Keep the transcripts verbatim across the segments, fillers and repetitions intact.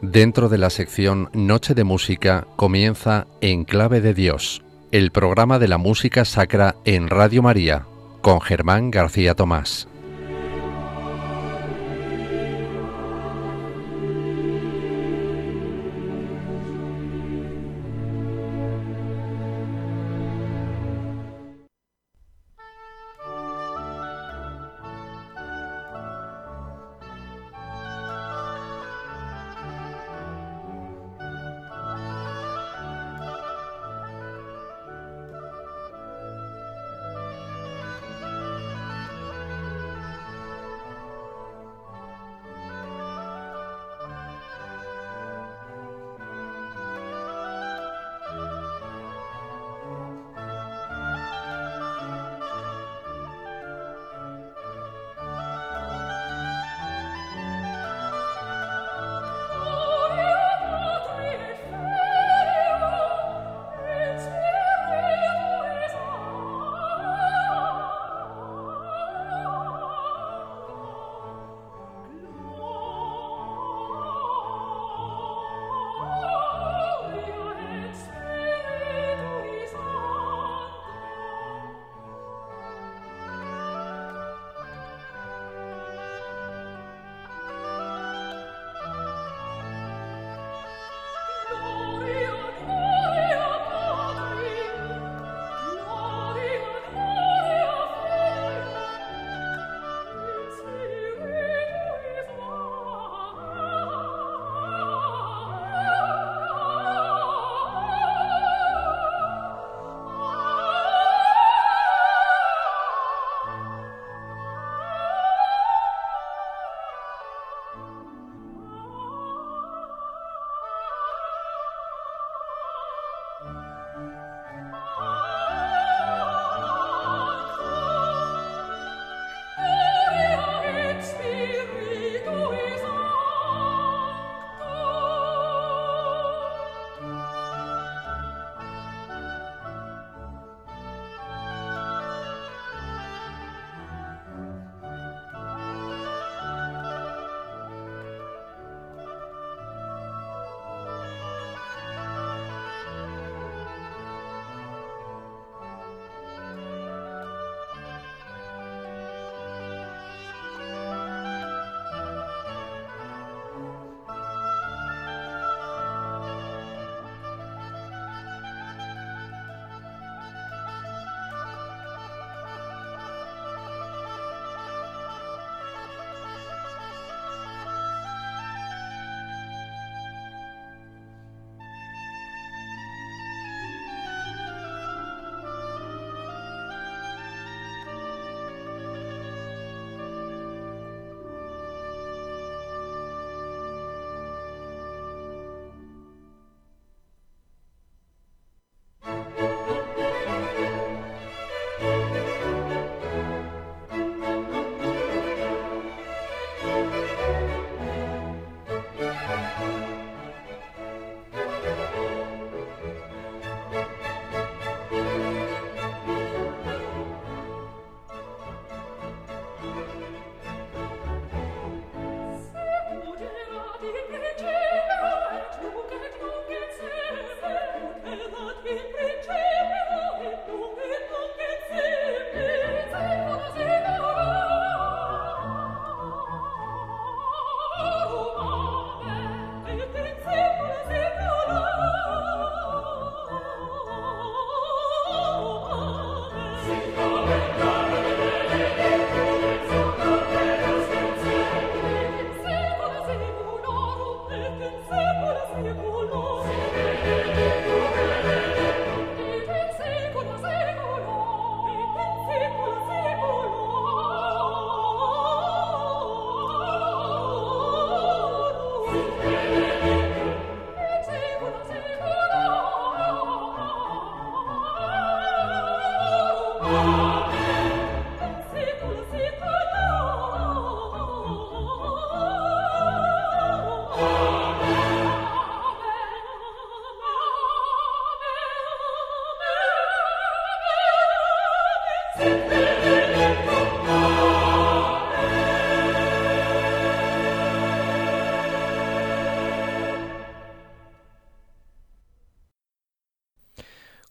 Dentro de la sección Noche de Música comienza En Clave de Dios, el programa de la música sacra en Radio María, con Germán García Tomás.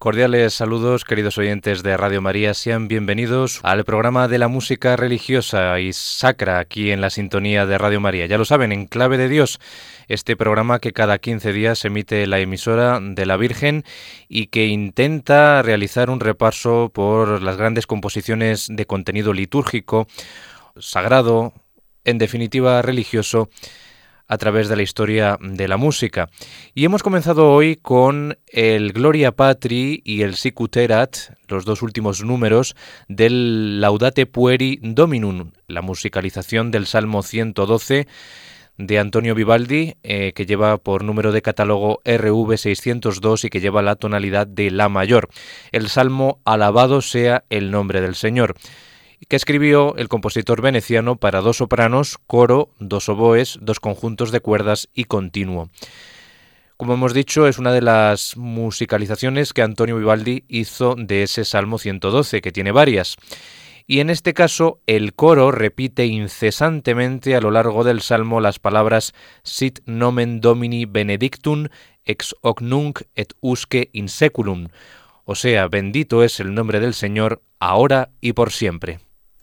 Cordiales saludos, queridos oyentes de Radio María, sean bienvenidos al programa de la música religiosa y sacra aquí en la sintonía de Radio María. Ya lo saben, en Clave de Dios, este programa que cada quince días emite la emisora de la Virgen y que intenta realizar un repaso por las grandes composiciones de contenido litúrgico, sagrado, en definitiva religioso, a través de la historia de la música. Y hemos comenzado hoy con el Gloria Patri y el Sicut Erat, los dos últimos números del Laudate Pueri Dominum, la musicalización del Salmo ciento doce de Antonio Vivaldi, eh, que lleva por número de catálogo R V seiscientos dos y que lleva la tonalidad de La mayor. El Salmo Alabado sea el nombre del Señor, que escribió el compositor veneciano para dos sopranos, coro, dos oboes, dos conjuntos de cuerdas y continuo. Como hemos dicho, es una de las musicalizaciones que Antonio Vivaldi hizo de ese Salmo ciento doce, que tiene varias. Y en este caso, el coro repite incesantemente a lo largo del Salmo las palabras Sit nomen Domini benedictum ex hoc nunc et usque in seculum, o sea, bendito es el nombre del Señor, ahora y por siempre.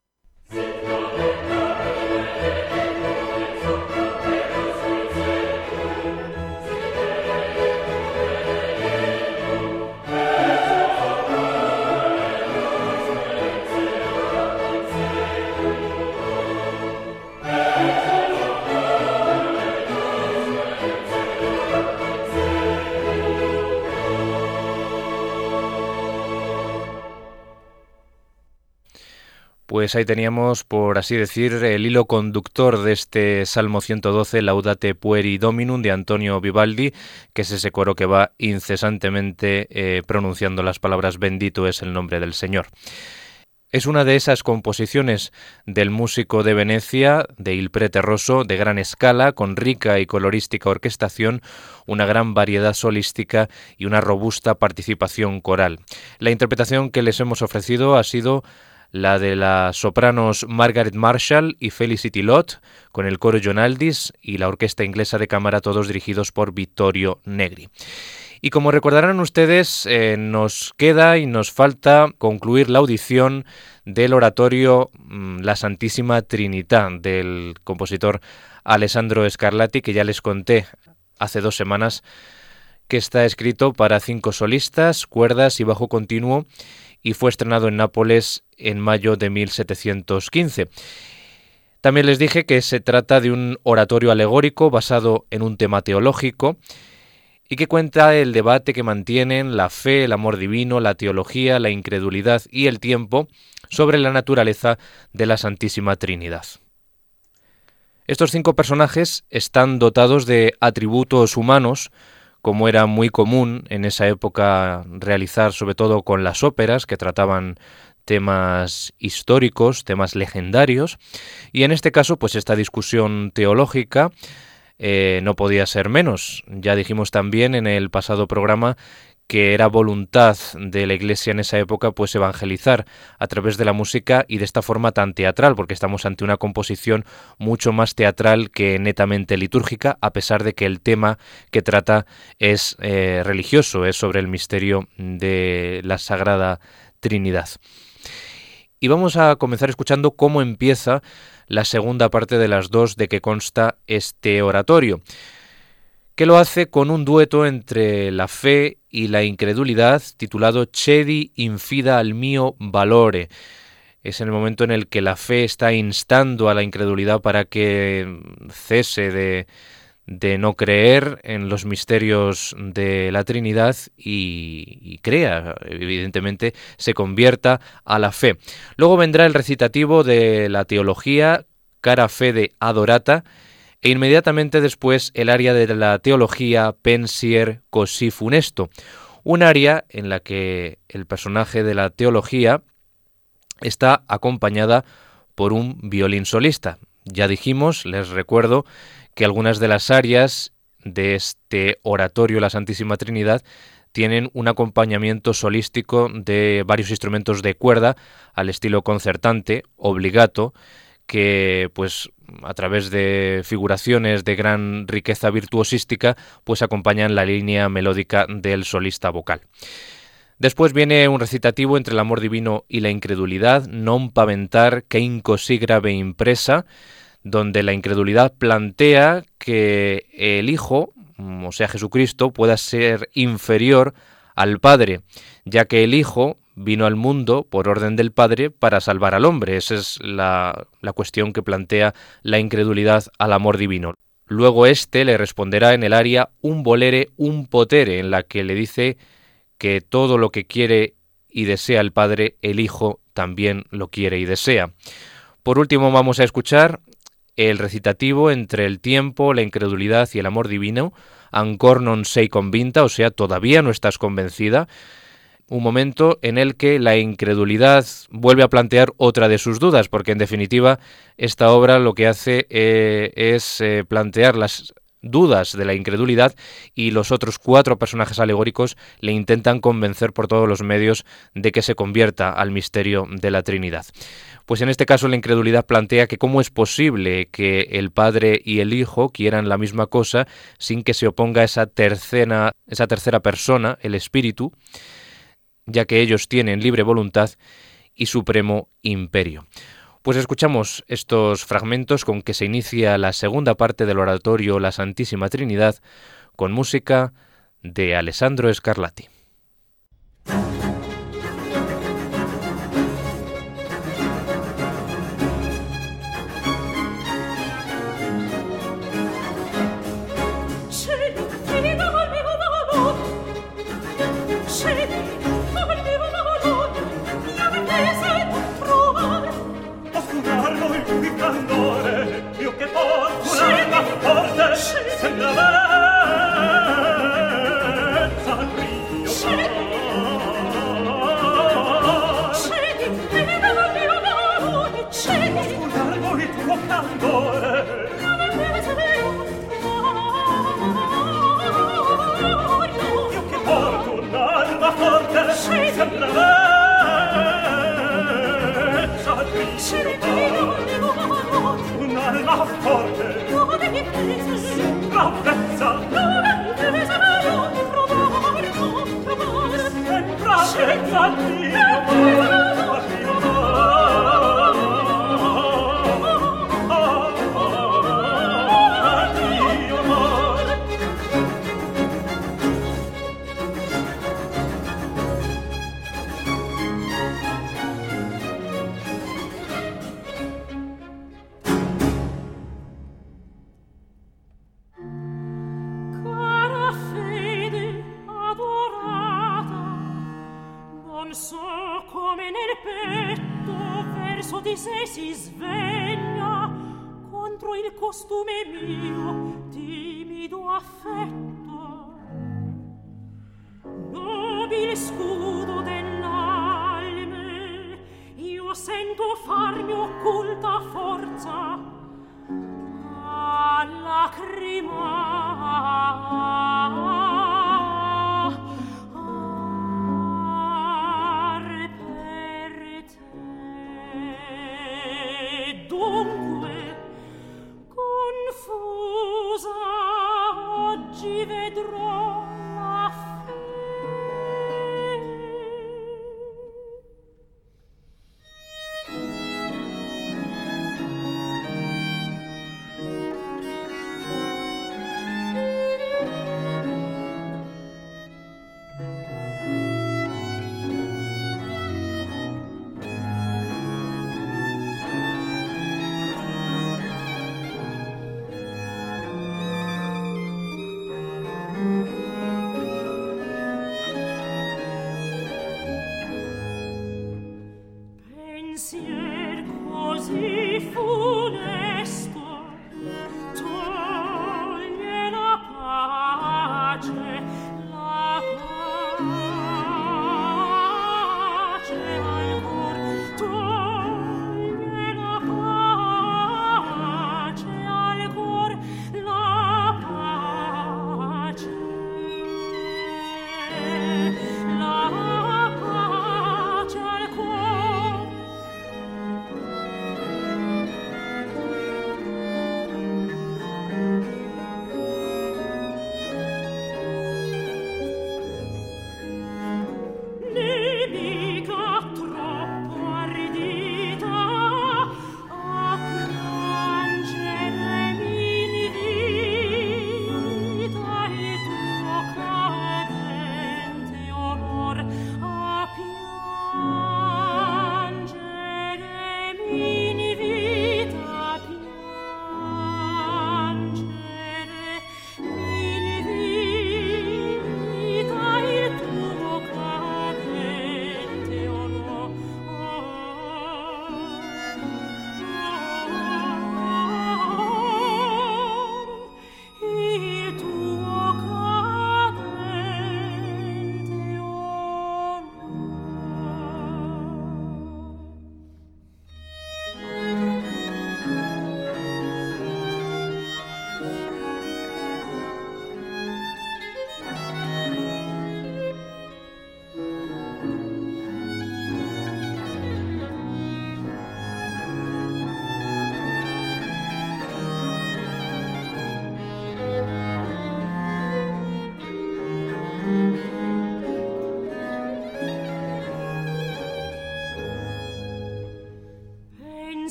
Pues ahí teníamos, por así decir, el hilo conductor de este Salmo ciento doce, Laudate Pueri Dominum, de Antonio Vivaldi, que es ese coro que va incesantemente eh, pronunciando las palabras bendito es el nombre del Señor. Es una de esas composiciones del músico de Venecia, de Il Prete Rosso, de gran escala, con rica y colorística orquestación, una gran variedad solística y una robusta participación coral. La interpretación que les hemos ofrecido ha sido la de las sopranos Margaret Marshall y Felicity Lott, con el coro John Aldis y la orquesta inglesa de cámara, todos dirigidos por Vittorio Negri. Y como recordarán ustedes, eh, nos queda y nos falta concluir la audición del oratorio mmm, La Santísima Trinità, del compositor Alessandro Scarlatti, que ya les conté hace dos semanas que está escrito para cinco solistas, cuerdas y bajo continuo, y fue estrenado en Nápoles en mayo de mil setecientos quince. También les dije que se trata de un oratorio alegórico basado en un tema teológico y que cuenta el debate que mantienen la fe, el amor divino, la teología, la incredulidad y el tiempo sobre la naturaleza de la Santísima Trinidad. Estos cinco personajes están dotados de atributos humanos, como era muy común en esa época realizar, sobre todo con las óperas, que trataban temas históricos, temas legendarios, y en este caso, pues esta discusión teológica eh, no podía ser menos. Ya dijimos también en el pasado programa que era voluntad de la Iglesia en esa época pues evangelizar a través de la música y de esta forma tan teatral, porque estamos ante una composición mucho más teatral que netamente litúrgica, a pesar de que el tema que trata es eh, religioso, es sobre el misterio de la Sagrada Trinidad. Y vamos a comenzar escuchando cómo empieza la segunda parte de las dos de que consta este oratorio, que lo hace con un dueto entre la fe y la incredulidad titulado Cedi infida al mio valore. Es en el momento en el que la fe está instando a la incredulidad para que cese de, de no creer en los misterios de la Trinidad y, y crea, evidentemente, se convierta a la fe. Luego vendrá el recitativo de la teología, Cara fede adorata, e inmediatamente después el aria de la teología Pensier così funesto, un aria en la que el personaje de la teología está acompañada por un violín solista. Ya dijimos, les recuerdo, que algunas de las arias de este oratorio La Santísima Trinidad tienen un acompañamiento solístico de varios instrumentos de cuerda al estilo concertante, obligato, que pues a través de figuraciones de gran riqueza virtuosística pues acompañan la línea melódica del solista vocal. Después viene un recitativo entre el amor divino y la incredulidad, non paventar que in così grave impresa, donde la incredulidad plantea que el Hijo, o sea Jesucristo, pueda ser inferior al Padre, ya que el Hijo vino al mundo por orden del Padre para salvar al hombre. Esa es la, la cuestión que plantea la incredulidad al amor divino. Luego éste le responderá en el aria un volere, un potere, en la que le dice que todo lo que quiere y desea el Padre, el Hijo también lo quiere y desea. Por último vamos a escuchar el recitativo entre el tiempo, la incredulidad y el amor divino, Ancor non sei convinta, o sea, todavía no estás convencida, un momento en el que la incredulidad vuelve a plantear otra de sus dudas, porque en definitiva esta obra lo que hace eh, es eh, plantear las dudas de la incredulidad, y los otros cuatro personajes alegóricos le intentan convencer por todos los medios de que se convierta al misterio de la Trinidad. Pues en este caso la incredulidad plantea que cómo es posible que el Padre y el Hijo quieran la misma cosa sin que se oponga esa tercera, esa tercera persona, el Espíritu, ya que ellos tienen libre voluntad y supremo imperio. Pues escuchamos estos fragmentos con que se inicia la segunda parte del oratorio La Santísima Trinidad, con música de Alessandro Scarlatti.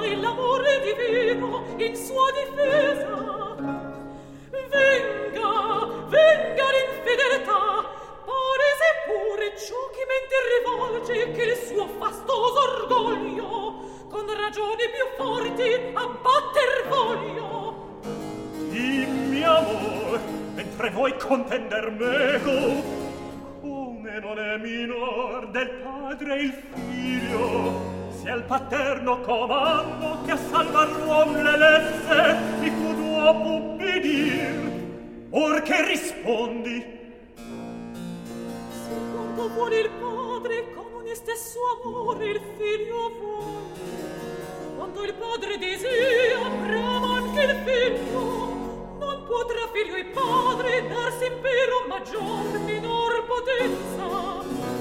padre l'amore divino in sua difesa. Venga, venga l'infedeltà, palese pure ciò che mente rivolge, che il suo fastoso orgoglio con ragioni più forti abbatter voglio. Dimmi amor, mentre vuoi contender meco, come non è minor del padre il figlio, sia il paterno comando che a salvar l'uom le lesse mi fu dopo ubbidir, or che rispondi. Secondo vuole il padre, con un stesso amore il figlio vuole. Quando il padre desia, brama anche il figlio. Non potrà figlio e padre darsi impero maggior, minor potenza.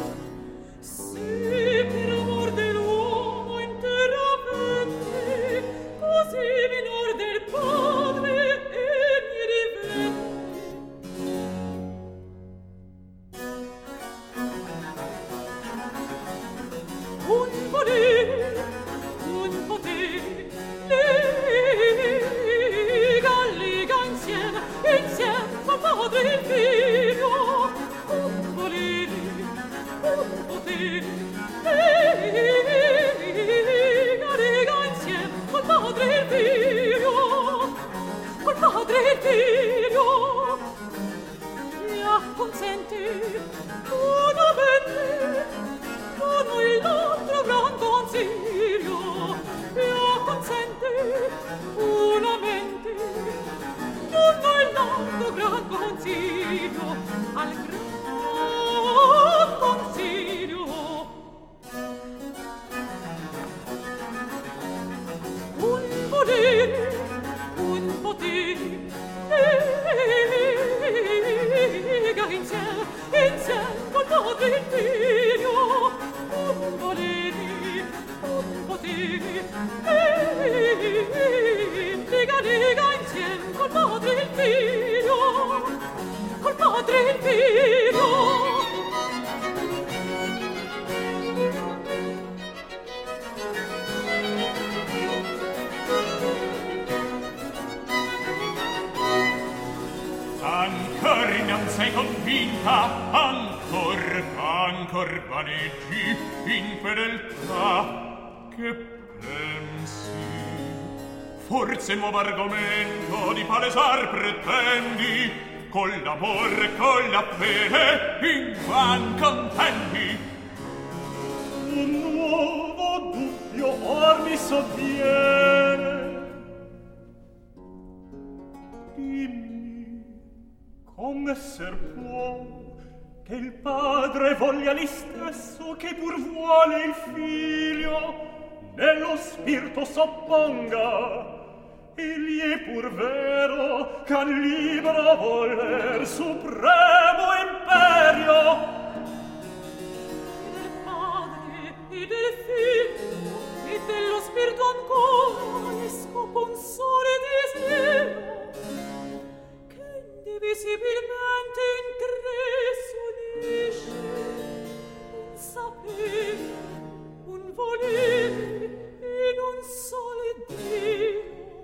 Se per amor dell'uomo interamente, così minor del padre egli divenne. Un volere, un potere, lega, lega insieme, insieme col padre e il figlio. Un volere, un potere, lega, lega insieme col padre e il figlio. Col padre e il figlio. E acconsente una mente, uno il nostro gran consiglio, e acconsente una mente, uno il nostro gran consiglio, al gran consiglio. Un volere, un potere, lega insieme, insieme col padre e il figlio. Un volere, un potere, lega, lega insieme col padre e il figlio. Col padre e il figlio. Ancor non sei convinta, ancor, ancor vaneggi infedeltà, che pensi? Forse nuovo argomento di palesar pretendi, con l'amor, con la fede, invan contendi. Un nuovo dubbio or mi sovviene. Dimmi, come ser può che il padre voglia lì stesso che pur vuole il figlio nello spirito s'opponga? Egli è pur vero ch'al libero voler supremo imperio. Del padre e del figlio e dello spirito ancora ne scopo un solo desiderio, che indivisibilmente in tre s'unisce, un sapere, un volere in un solo Dio.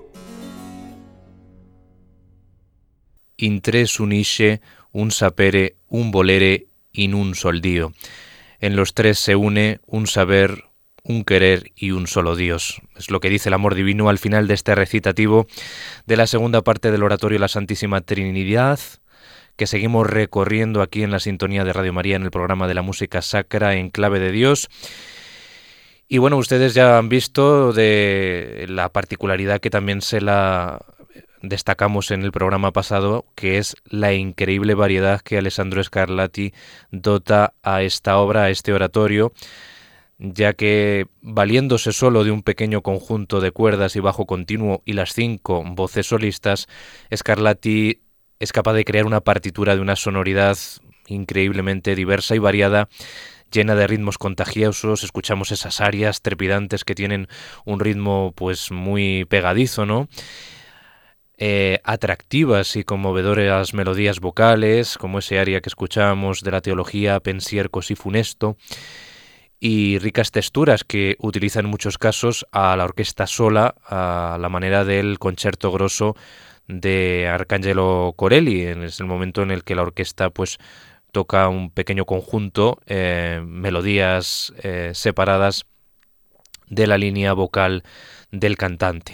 In tres unisce un sapere, un volere in un sol Dio. En los tres se une un saber, un querer y un solo Dios. Es lo que dice el amor divino al final de este recitativo de la segunda parte del oratorio de la Santísima Trinidad, que seguimos recorriendo aquí en la sintonía de Radio María en el programa de la música sacra en clave de Dios. Y bueno, ustedes ya han visto de la particularidad que también se la destacamos en el programa pasado, que es la increíble variedad que Alessandro Scarlatti dota a esta obra, a este oratorio, ya que valiéndose solo de un pequeño conjunto de cuerdas y bajo continuo y las cinco voces solistas, Scarlatti es capaz de crear una partitura de una sonoridad increíblemente diversa y variada, llena de ritmos contagiosos. Escuchamos esas arias trepidantes que tienen un ritmo pues muy pegadizo, ¿no? Eh, atractivas y conmovedoras melodías vocales, como ese aria que escuchamos de la teología Pensier così funesto, y ricas texturas que utiliza en muchos casos a la orquesta sola, a la manera del Concerto Grosso de Arcangelo Corelli. Es el momento en el que la orquesta pues toca un pequeño conjunto, eh, melodías eh, separadas de la línea vocal del cantante.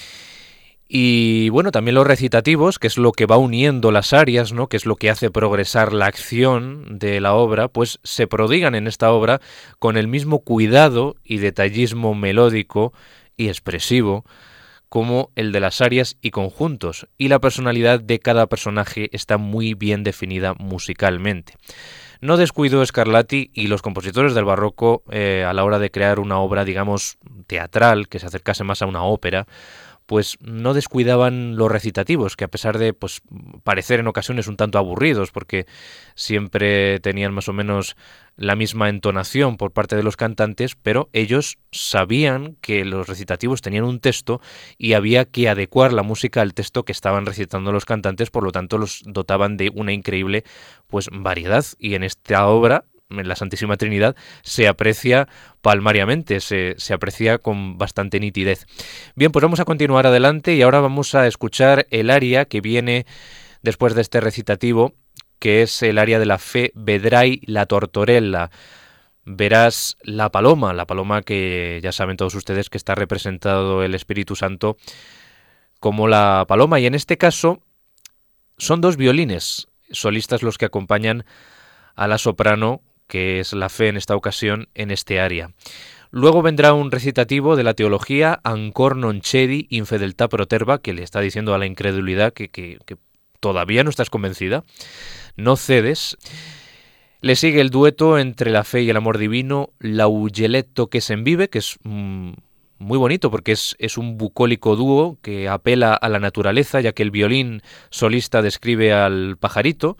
Y bueno, también los recitativos, que es lo que va uniendo las arias, ¿no?, que es lo que hace progresar la acción de la obra, pues se prodigan en esta obra con el mismo cuidado y detallismo melódico y expresivo como el de las arias y conjuntos, y la personalidad de cada personaje está muy bien definida musicalmente. No descuidó Scarlatti y los compositores del barroco eh, a la hora de crear una obra, digamos, teatral, que se acercase más a una ópera, pues no descuidaban los recitativos, que a pesar de pues parecer en ocasiones un tanto aburridos, porque siempre tenían más o menos la misma entonación por parte de los cantantes, pero ellos sabían que los recitativos tenían un texto y había que adecuar la música al texto que estaban recitando los cantantes, por lo tanto los dotaban de una increíble pues variedad, y en esta obra, en la Santísima Trinidad, se aprecia palmariamente, se, se aprecia con bastante nitidez. Bien, pues vamos a continuar adelante y ahora vamos a escuchar el aria que viene después de este recitativo, que es el aria de la Fe Vedrai la Tortorella. Verás la paloma, la paloma que ya saben todos ustedes que está representado el Espíritu Santo como la paloma, y en este caso son dos violines solistas los que acompañan a la soprano, que es la Fe en esta ocasión, en este aria. Luego vendrá un recitativo de la teología, Ancor non cedi infedeltà proterva, que le está diciendo a la incredulidad que, que, que todavía no estás convencida, no cedes. Le sigue el dueto entre la fe y el amor divino, L'augeletto che s'envive, que es mmm, muy bonito porque es, es un bucólico dúo que apela a la naturaleza, ya que el violín solista describe al pajarito,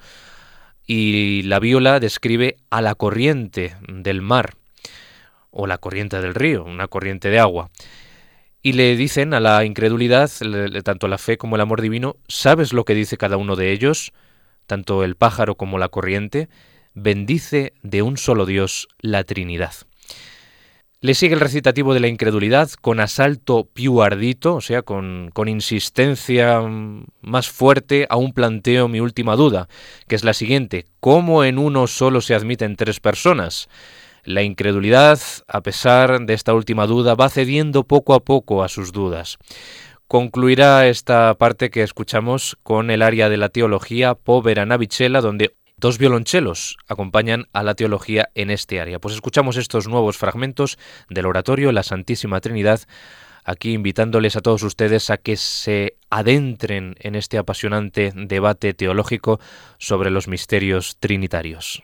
y la viola describe a la corriente del mar, o la corriente del río, una corriente de agua. Y le dicen a la incredulidad, tanto la fe como el amor divino, ¿sabes lo que dice cada uno de ellos? Tanto el pájaro como la corriente, bendice de un solo Dios la Trinidad. Le sigue el recitativo de la incredulidad con asalto più ardito, o sea, con, con insistencia más fuerte, aún planteo mi última duda, que es la siguiente: ¿cómo en uno solo se admiten tres personas? La incredulidad, a pesar de esta última duda, va cediendo poco a poco a sus dudas. Concluirá esta parte que escuchamos con el aria de la teología, Povera Navicella, donde dos violonchelos acompañan a la teología en este aria. Pues escuchamos estos nuevos fragmentos del oratorio La Santísima Trinidad, aquí invitándoles a todos ustedes a que se adentren en este apasionante debate teológico sobre los misterios trinitarios.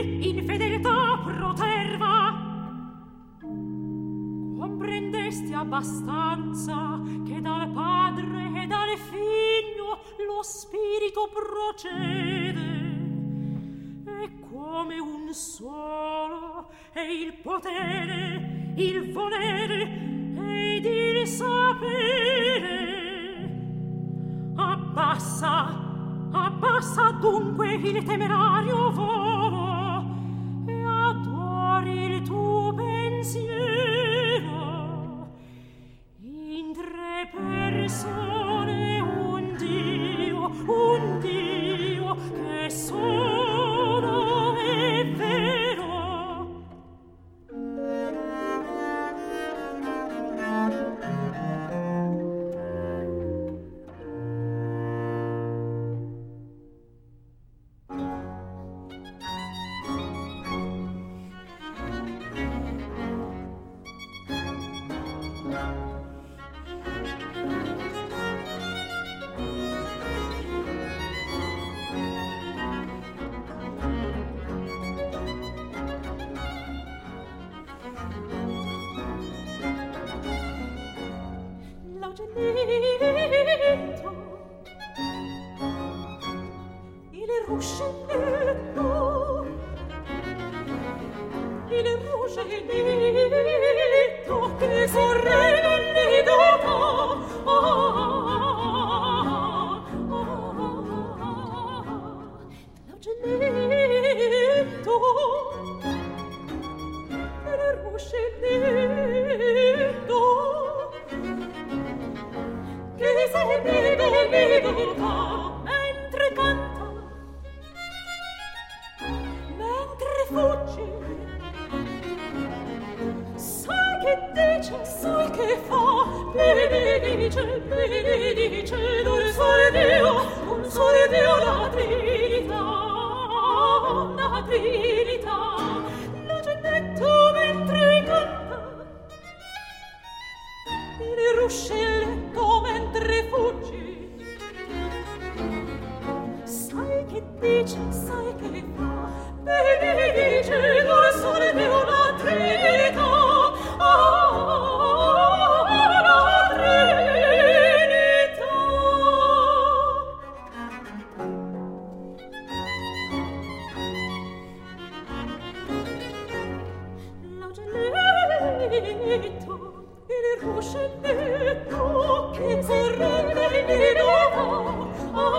in fedeltà proterva. Comprendesti abbastanza che dal padre e dal figlio lo spirito procede, e come un solo è il potere, il volere ed il sapere. Abbassa, abbassa dunque il temerario volo e adori il tuo pensiero. In tre persone un Dio, un Dio che solo è vero. Il ruscelletto, il ruscelletto che corre nel nido. Ah, ah, ah, l'augelletto, il ruscelletto che segue nel nido va, mentre canta, mentre fugge. Sai che dice, sai che fa, benedice, benedice d'un solo Dio, d'un solo Dio la Trinità, la Trinità. L'augelletto mentre canta, il ruscelletto mentre fuggi. Sai che dice, sai che fa, benedice d'un solo Dio la Trinità, ah, la Trinità. L'augelletto, il ruscelletto che corre nel nido va, ah,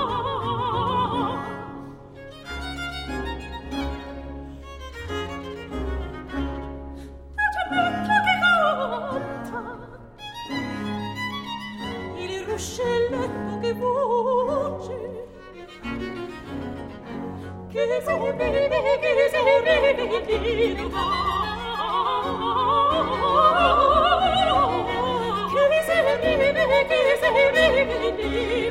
l'augelletto che canta, il ruscelletto che voce, che segue, che segue nel nido va. Che se vive, che se vive,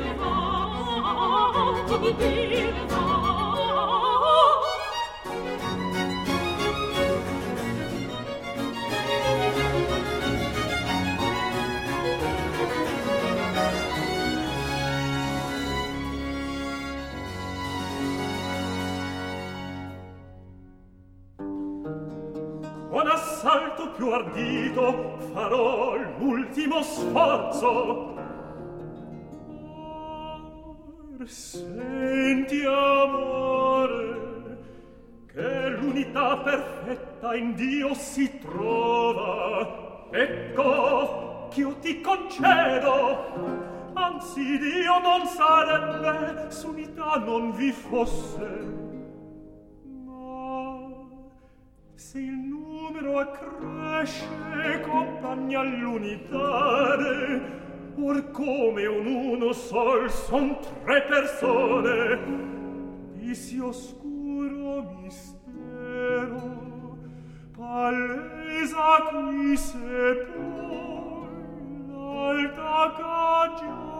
con assalto più ardito farò l'ultimo sforzo. Or, senti amore, che l'unità perfetta in Dio si trova. Ecco ch'io ti concedo, anzi Dio non sarebbe s'unità non vi fosse. Se il numero accresce compagni all'unitare, or come un uno sol son tre persone, di sì oscuro mistero palesa qui se poi l'alta cagione.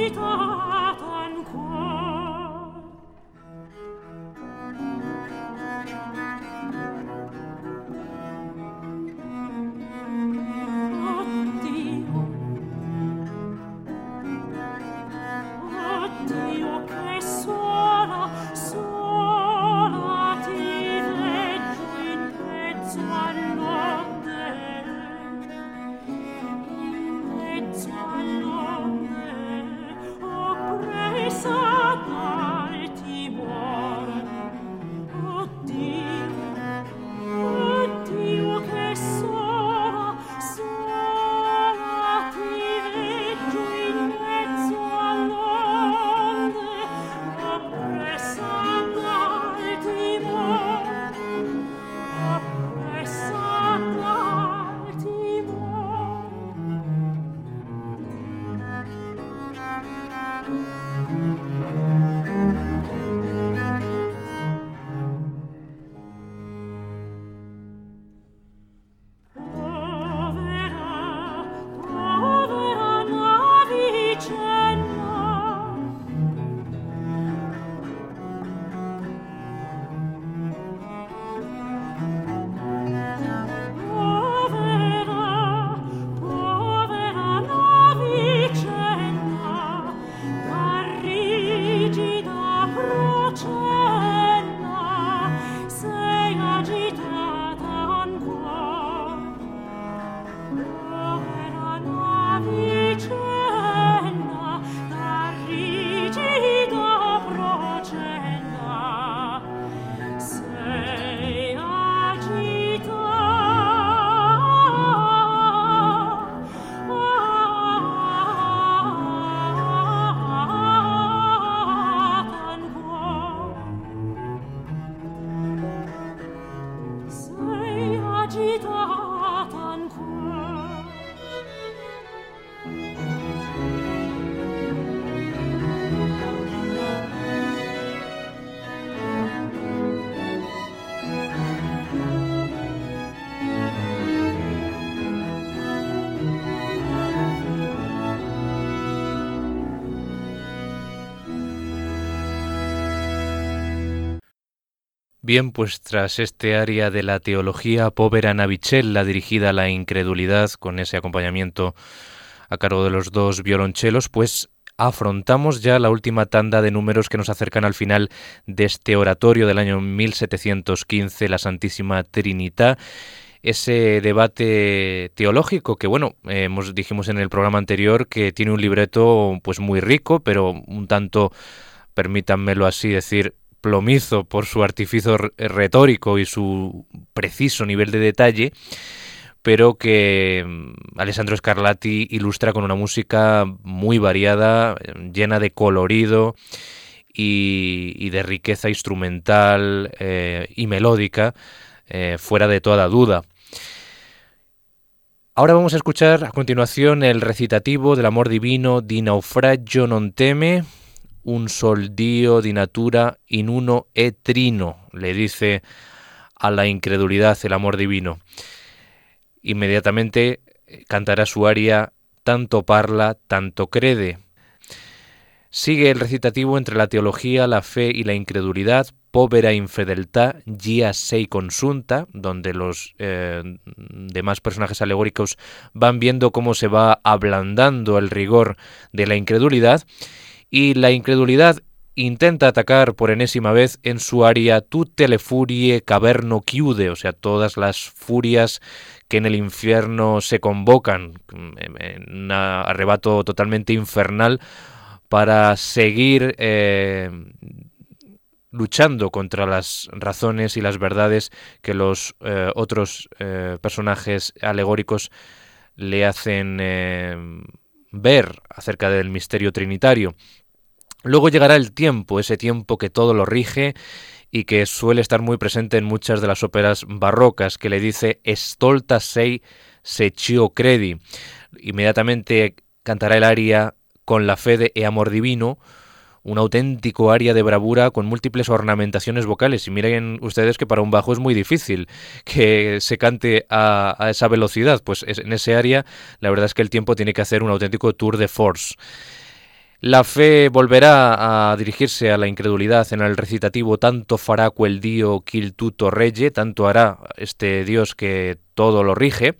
Bien, pues tras este área de la teología Povera navicella dirigida a la incredulidad, con ese acompañamiento a cargo de los dos violonchelos, pues afrontamos ya la última tanda de números que nos acercan al final de este oratorio del año mil setecientos quince, la Santísima Trinità. Ese debate teológico que, bueno, eh, hemos, dijimos en el programa anterior que tiene un libreto pues muy rico, pero un tanto, permítanmelo así decir, plomizo por su artificio retórico y su preciso nivel de detalle, pero que Alessandro Scarlatti ilustra con una música muy variada, llena de colorido y, y de riqueza instrumental eh, y melódica, eh, fuera de toda duda. Ahora vamos a escuchar a continuación el recitativo del amor divino Di naufragio non teme, un sol dio di natura in uno e trino, le dice a la incredulidad el amor divino. Inmediatamente cantará su aria Tanto parla, tanto crede. Sigue el recitativo entre la teología, la fe y la incredulidad, Povera infedeltà, gia sei consunta, donde los eh, demás personajes alegóricos van viendo cómo se va ablandando el rigor de la incredulidad, y la incredulidad intenta atacar por enésima vez en su aria Tutte le furie caverno chiude, o sea, todas las furias que en el infierno se convocan, en un arrebato totalmente infernal para seguir eh, luchando contra las razones y las verdades que los eh, otros eh, personajes alegóricos le hacen eh, ver acerca del misterio trinitario. Luego llegará el tiempo, ese tiempo que todo lo rige y que suele estar muy presente en muchas de las óperas barrocas, que le dice «Stolta sei se cio credi». Inmediatamente cantará el aria Con la fede e amor divino, un auténtico aria de bravura con múltiples ornamentaciones vocales. Y miren ustedes que para un bajo es muy difícil que se cante a, a esa velocidad. Pues en ese aria la verdad es que el tiempo tiene que hacer un auténtico tour de force. La fe volverá a dirigirse a la incredulidad en el recitativo tanto fará quel dio quil tutto regge, tanto hará este Dios que todo lo rige.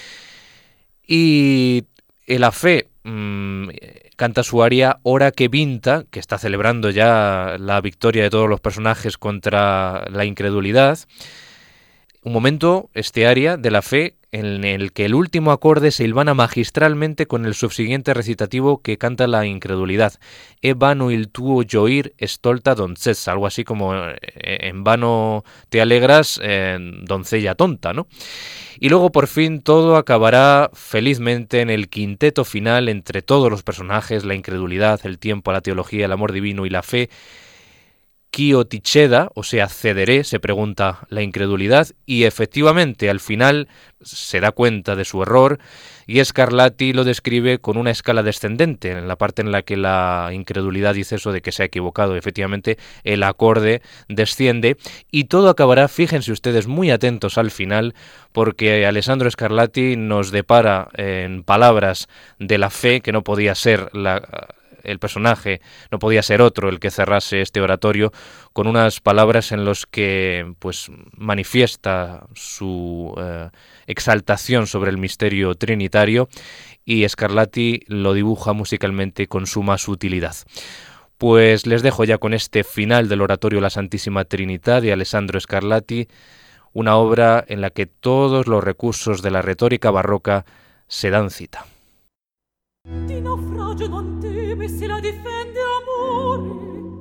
Y la fe mmm, canta su aria Ora che vinta, que está celebrando ya la victoria de todos los personajes contra la incredulidad. Un momento, este aria de la fe, en el que el último acorde se hilvana magistralmente con el subsiguiente recitativo que canta la incredulidad. E vano il tuo gioir stolta doncella, algo así como en vano te alegras, eh, doncella tonta, ¿no? Y luego por fin todo acabará felizmente en el quinteto final entre todos los personajes, la incredulidad, el tiempo, la teología, el amor divino y la fe. Quio ti ceda, o sea, cederé, se pregunta la incredulidad, y efectivamente al final se da cuenta de su error, y Scarlatti lo describe con una escala descendente, en la parte en la que la incredulidad dice eso de que se ha equivocado. Efectivamente, el acorde desciende, y todo acabará, fíjense ustedes muy atentos al final, porque Alessandro Scarlatti nos depara en palabras de la fe, que no podía ser la... el personaje, no podía ser otro el que cerrase este oratorio, con unas palabras en los que pues manifiesta su eh, exaltación sobre el misterio trinitario, y Scarlatti lo dibuja musicalmente con suma sutilidad. Pues les dejo ya con este final del oratorio La Santísima Trinità de Alessandro Scarlatti, una obra en la que todos los recursos de la retórica barroca se dan cita. Di naufragio non teme se la difende amore.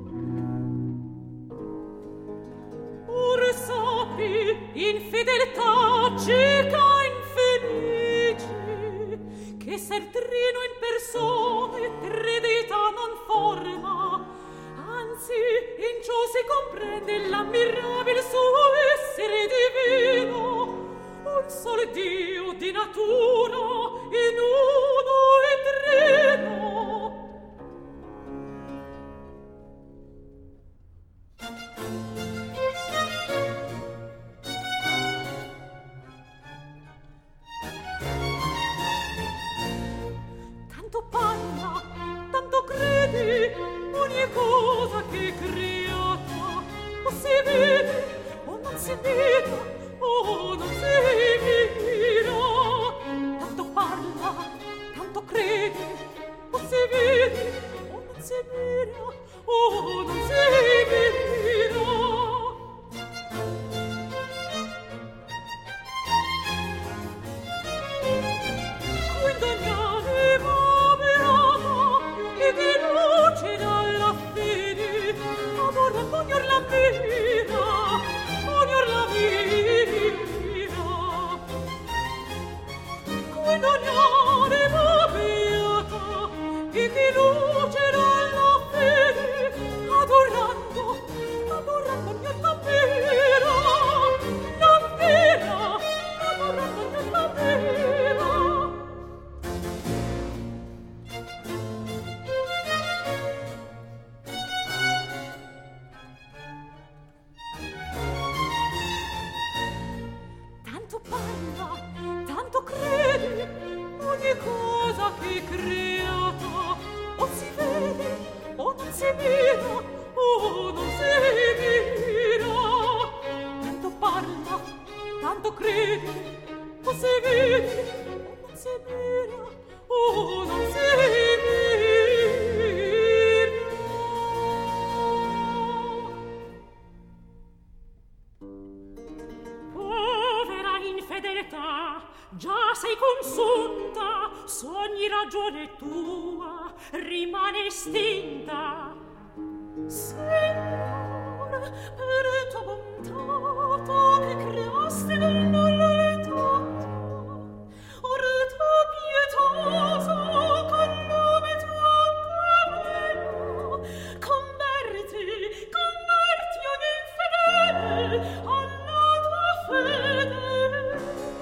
Ora sappi, infedeltà cieca infelice, che ser trino in persone tredita non forma, anzi in ciò si comprende l'ammirabile suo essere divino. Un solo Dio di natura in uno e trino. Tanto parla, tanto credi, ogni cosa che è creata, o si vede o non si vede. Oh, non si mira, tanto parla, tanto crede, o si vede, o non si mira, oh, non si mira. Quindi ogni anima beata e di luce dalla fede, amore ognor la mira, ognor la mira. Ogni anima beata e che luce dalla fede, adorando, adorando ogni altabera, l'altabera, adorando ogni altabera. Tanto parla, tanto crede, ogni cosa che è creata, o si vede, o non si mira, o non si mira. Tanto parla, tanto crede, o si vede, o non si mira, o non si mira. Povera infedeltà, già sei consunta, su ogni ragione tua rimane estinta. Signor, per tua bontà che creaste nel nulla tanto, or tu pietosa con nome tuo bello, converti, converti ogni infedele alla tua fede.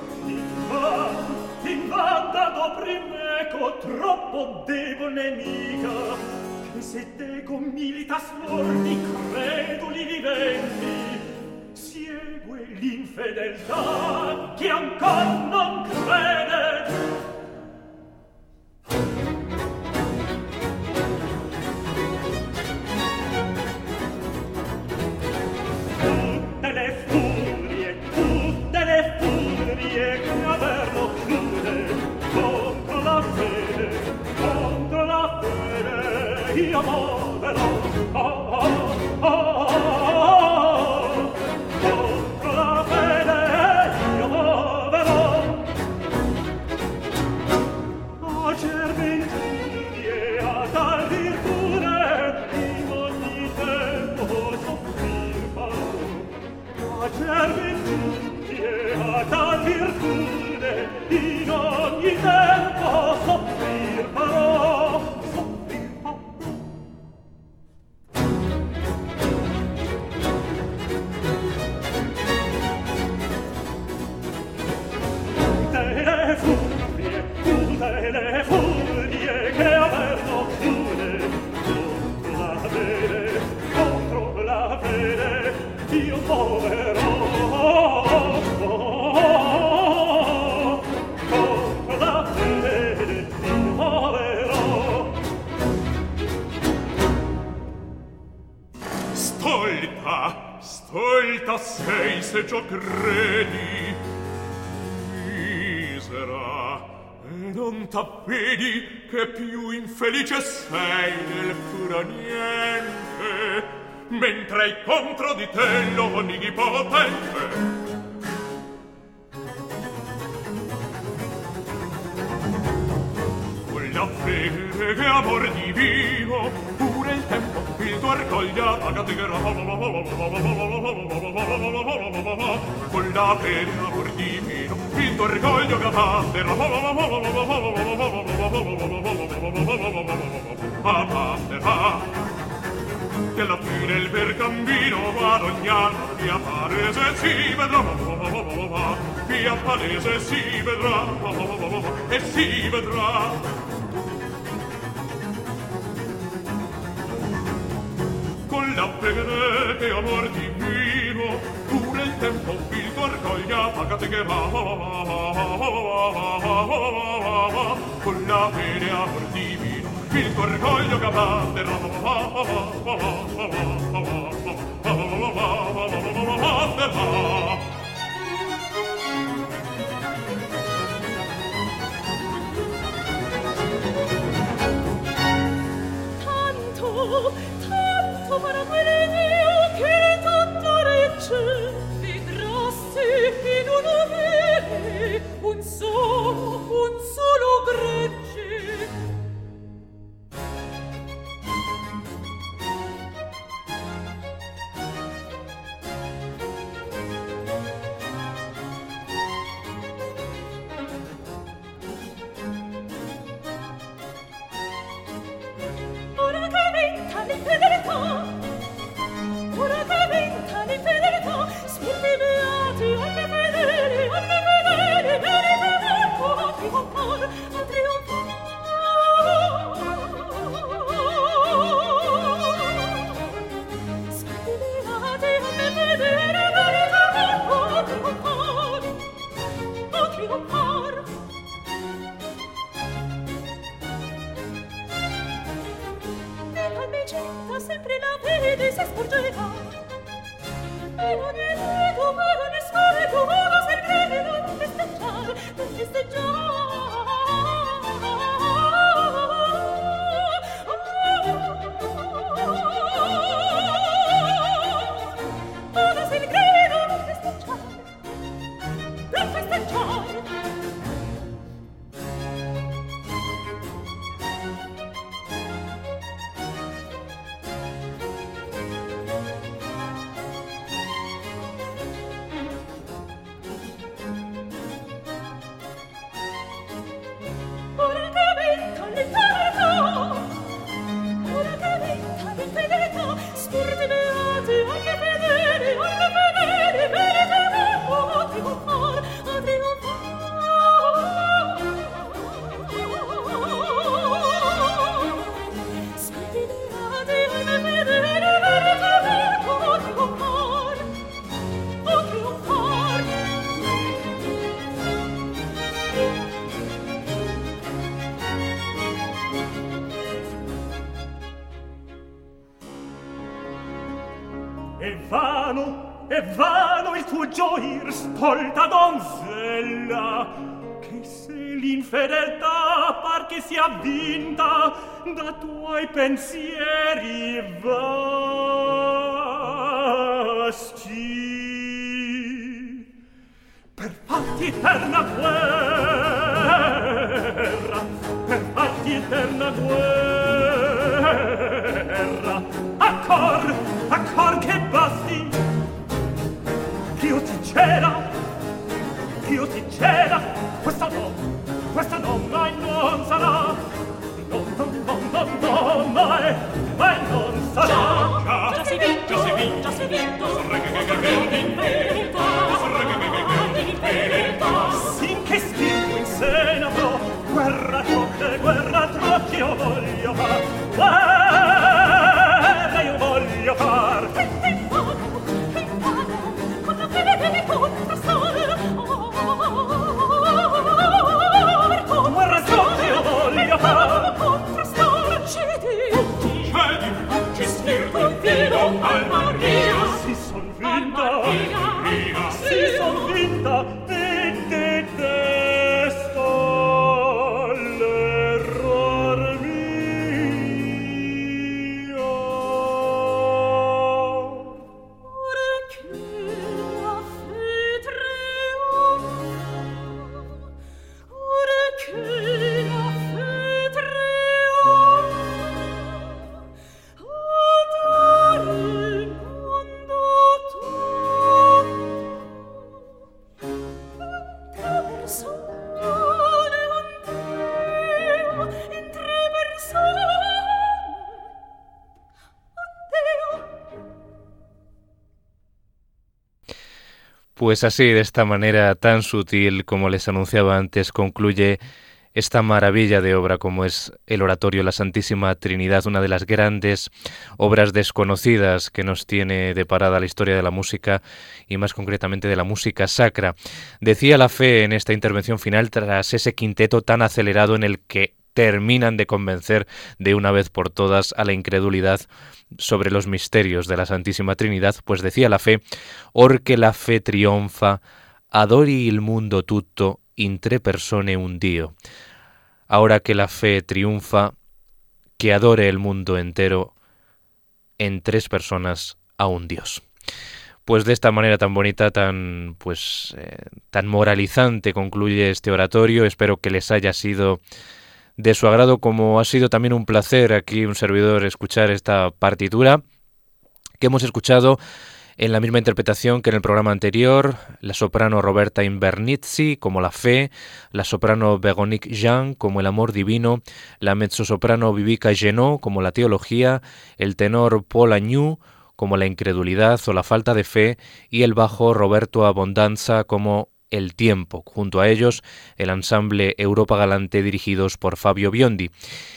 Invada d'opprimeco troppo debol nemica, che se teco militas morti creduli viventi, siegue l'infedeltà che ancor non crede. io moverò, oh, oh, oh, oh, contro la fede io moverò, a cerventini e a tal virtune in ogni tempo soffrir farò, a cerventini e a tal virtune in ogni tempo soffrir farò, soffrir farò. Tutte le furie, tutte le furie che averno une contro la fede, contro la fede io moverò. Stolta, stolta sei se ciò credi, misera, e non t'appedi che più infelice sei del pura niente, mentre contro di te lo neghi potente. La fede che amor divino, pure il tempo, il tuo orgoglio pagategherà. Con la fede amor divino, il tuo orgoglio pagategherà. Che alla fine il ver cammino ad ogni anno via palese si vedrà, via palese si vedrà, e si vedrà. Con la fede che amor divino, pure il tempo, il tuo orgoglio pagategherà. Con la fede amor divino, il tuo orgoglio pagategherà. Tanto, tanto para quell'Iddio che tutto regge, vedrasti in una vere un solo, un solo gregge. Ora che vinta l'infedeltà, ora che vinta l'infedeltà, spiriti beati, alle fedeli, alle fedeli, merita tempo a trionfar, a trionfar. Spiriti beati, alle fedeli, merita tempo a trionfar, a trionfar. Nell'ambicetta sempre la vede si sporgeva, e ogni vedo, ogni scoreto, uno si crede non festeggiare, non festeggiare. Uno si crede non festeggiare, non festeggiare. Ora che vinta l'infedeltà, ora che vinta l'infedeltà, spiriti beati, alle fedeli, alle fedeli, merita tempo a trionfar, a trionfar. Spiriti beati, alle fedeli, merita tempo a trionfar, a trionfar. È vano, è vano il tuo gioir, stolta donzella, che se l'infedeltà par cor che sia vinta da tuoi pensieri vasti. Per farti eterna guerra, per farti eterna guerra, a cor, a cor che basti. Io ti ceda, io ti ceda, questa no, questa no, mai non sarà. No, no, no, no, no, mai, mai non sarà. Già, già sei vinto, già sei vinto, già sei vinto. In verità, in verità. Sin che spirito in seno avrò, guerra troppo, guerra troppo io voglio far. Guerra io voglio far. Si son vinta, si son vinta, te detesto l'error mio. Ora che la fe trionfa, ora che la fe trionfa, adore il mondo tutto, tre persone andeo, in tre persone andeo. Pues así, de esta manera tan sutil como les anunciaba antes, concluye esta maravilla de obra como es el oratorio La Santísima Trinidad, una de las grandes obras desconocidas que nos tiene deparada la historia de la música y más concretamente de la música sacra. Decía la fe en esta intervención final tras ese quinteto tan acelerado en el que terminan de convencer de una vez por todas a la incredulidad sobre los misterios de la Santísima Trinidad, pues decía la fe, «Orque la fe trionfa, adori il mundo tutto, in tre persone un Dio». Ahora que la fe triunfa, que adore el mundo entero, en tres personas a un Dios. Pues de esta manera tan bonita, tan pues eh, tan moralizante concluye este oratorio. Espero que les haya sido de su agrado, como ha sido también un placer aquí un servidor escuchar esta partitura que hemos escuchado en la misma interpretación que en el programa anterior, la soprano Roberta Invernizzi como la fe, la soprano Véronique Jean como el amor divino, la mezzosoprano Vivica Genot como la teología, el tenor Paul Agnew como la incredulidad o la falta de fe y el bajo Roberto Abondanza como el tiempo. Junto a ellos, el ensamble Europa Galante dirigidos por Fabio Biondi.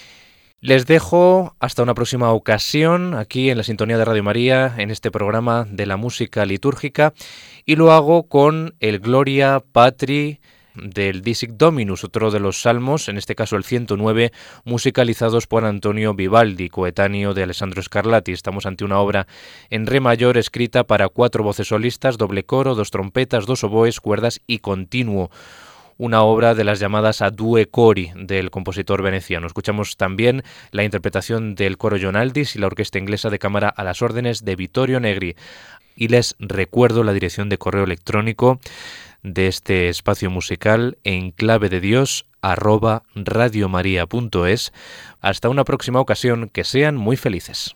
Les dejo hasta una próxima ocasión aquí en la sintonía de Radio María, en este programa de la música litúrgica, y lo hago con el Gloria Patri del Disic Dominus, otro de los salmos, en este caso el ciento nueve, musicalizados por Antonio Vivaldi, coetáneo de Alessandro Scarlatti. Estamos ante una obra en re mayor escrita para cuatro voces solistas, doble coro, dos trompetas, dos oboes, cuerdas y continuo. Una obra de las llamadas a due cori del compositor veneciano. Escuchamos también la interpretación del coro Jonaldis y la orquesta inglesa de cámara a las órdenes de Vittorio Negri. Y les recuerdo la dirección de correo electrónico de este espacio musical en clave de Dios arroba radiomaria punto es. Hasta una próxima ocasión, que sean muy felices.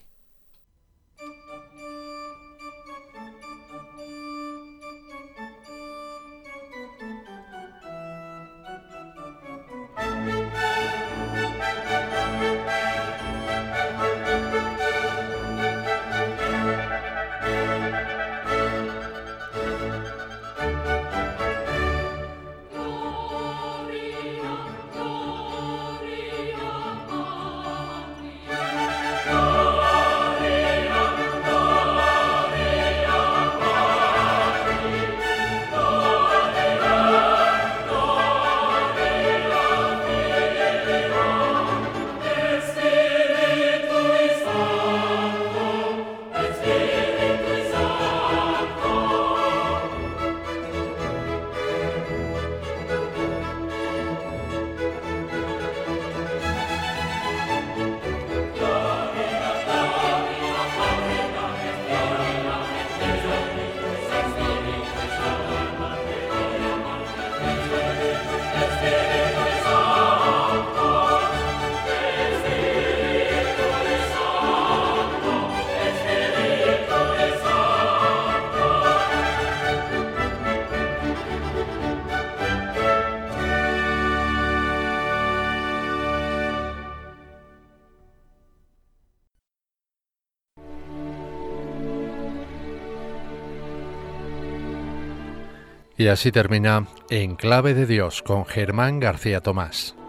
Gloria, gloria, gloria. Y así termina En Clave de Dios con Germán García Tomás.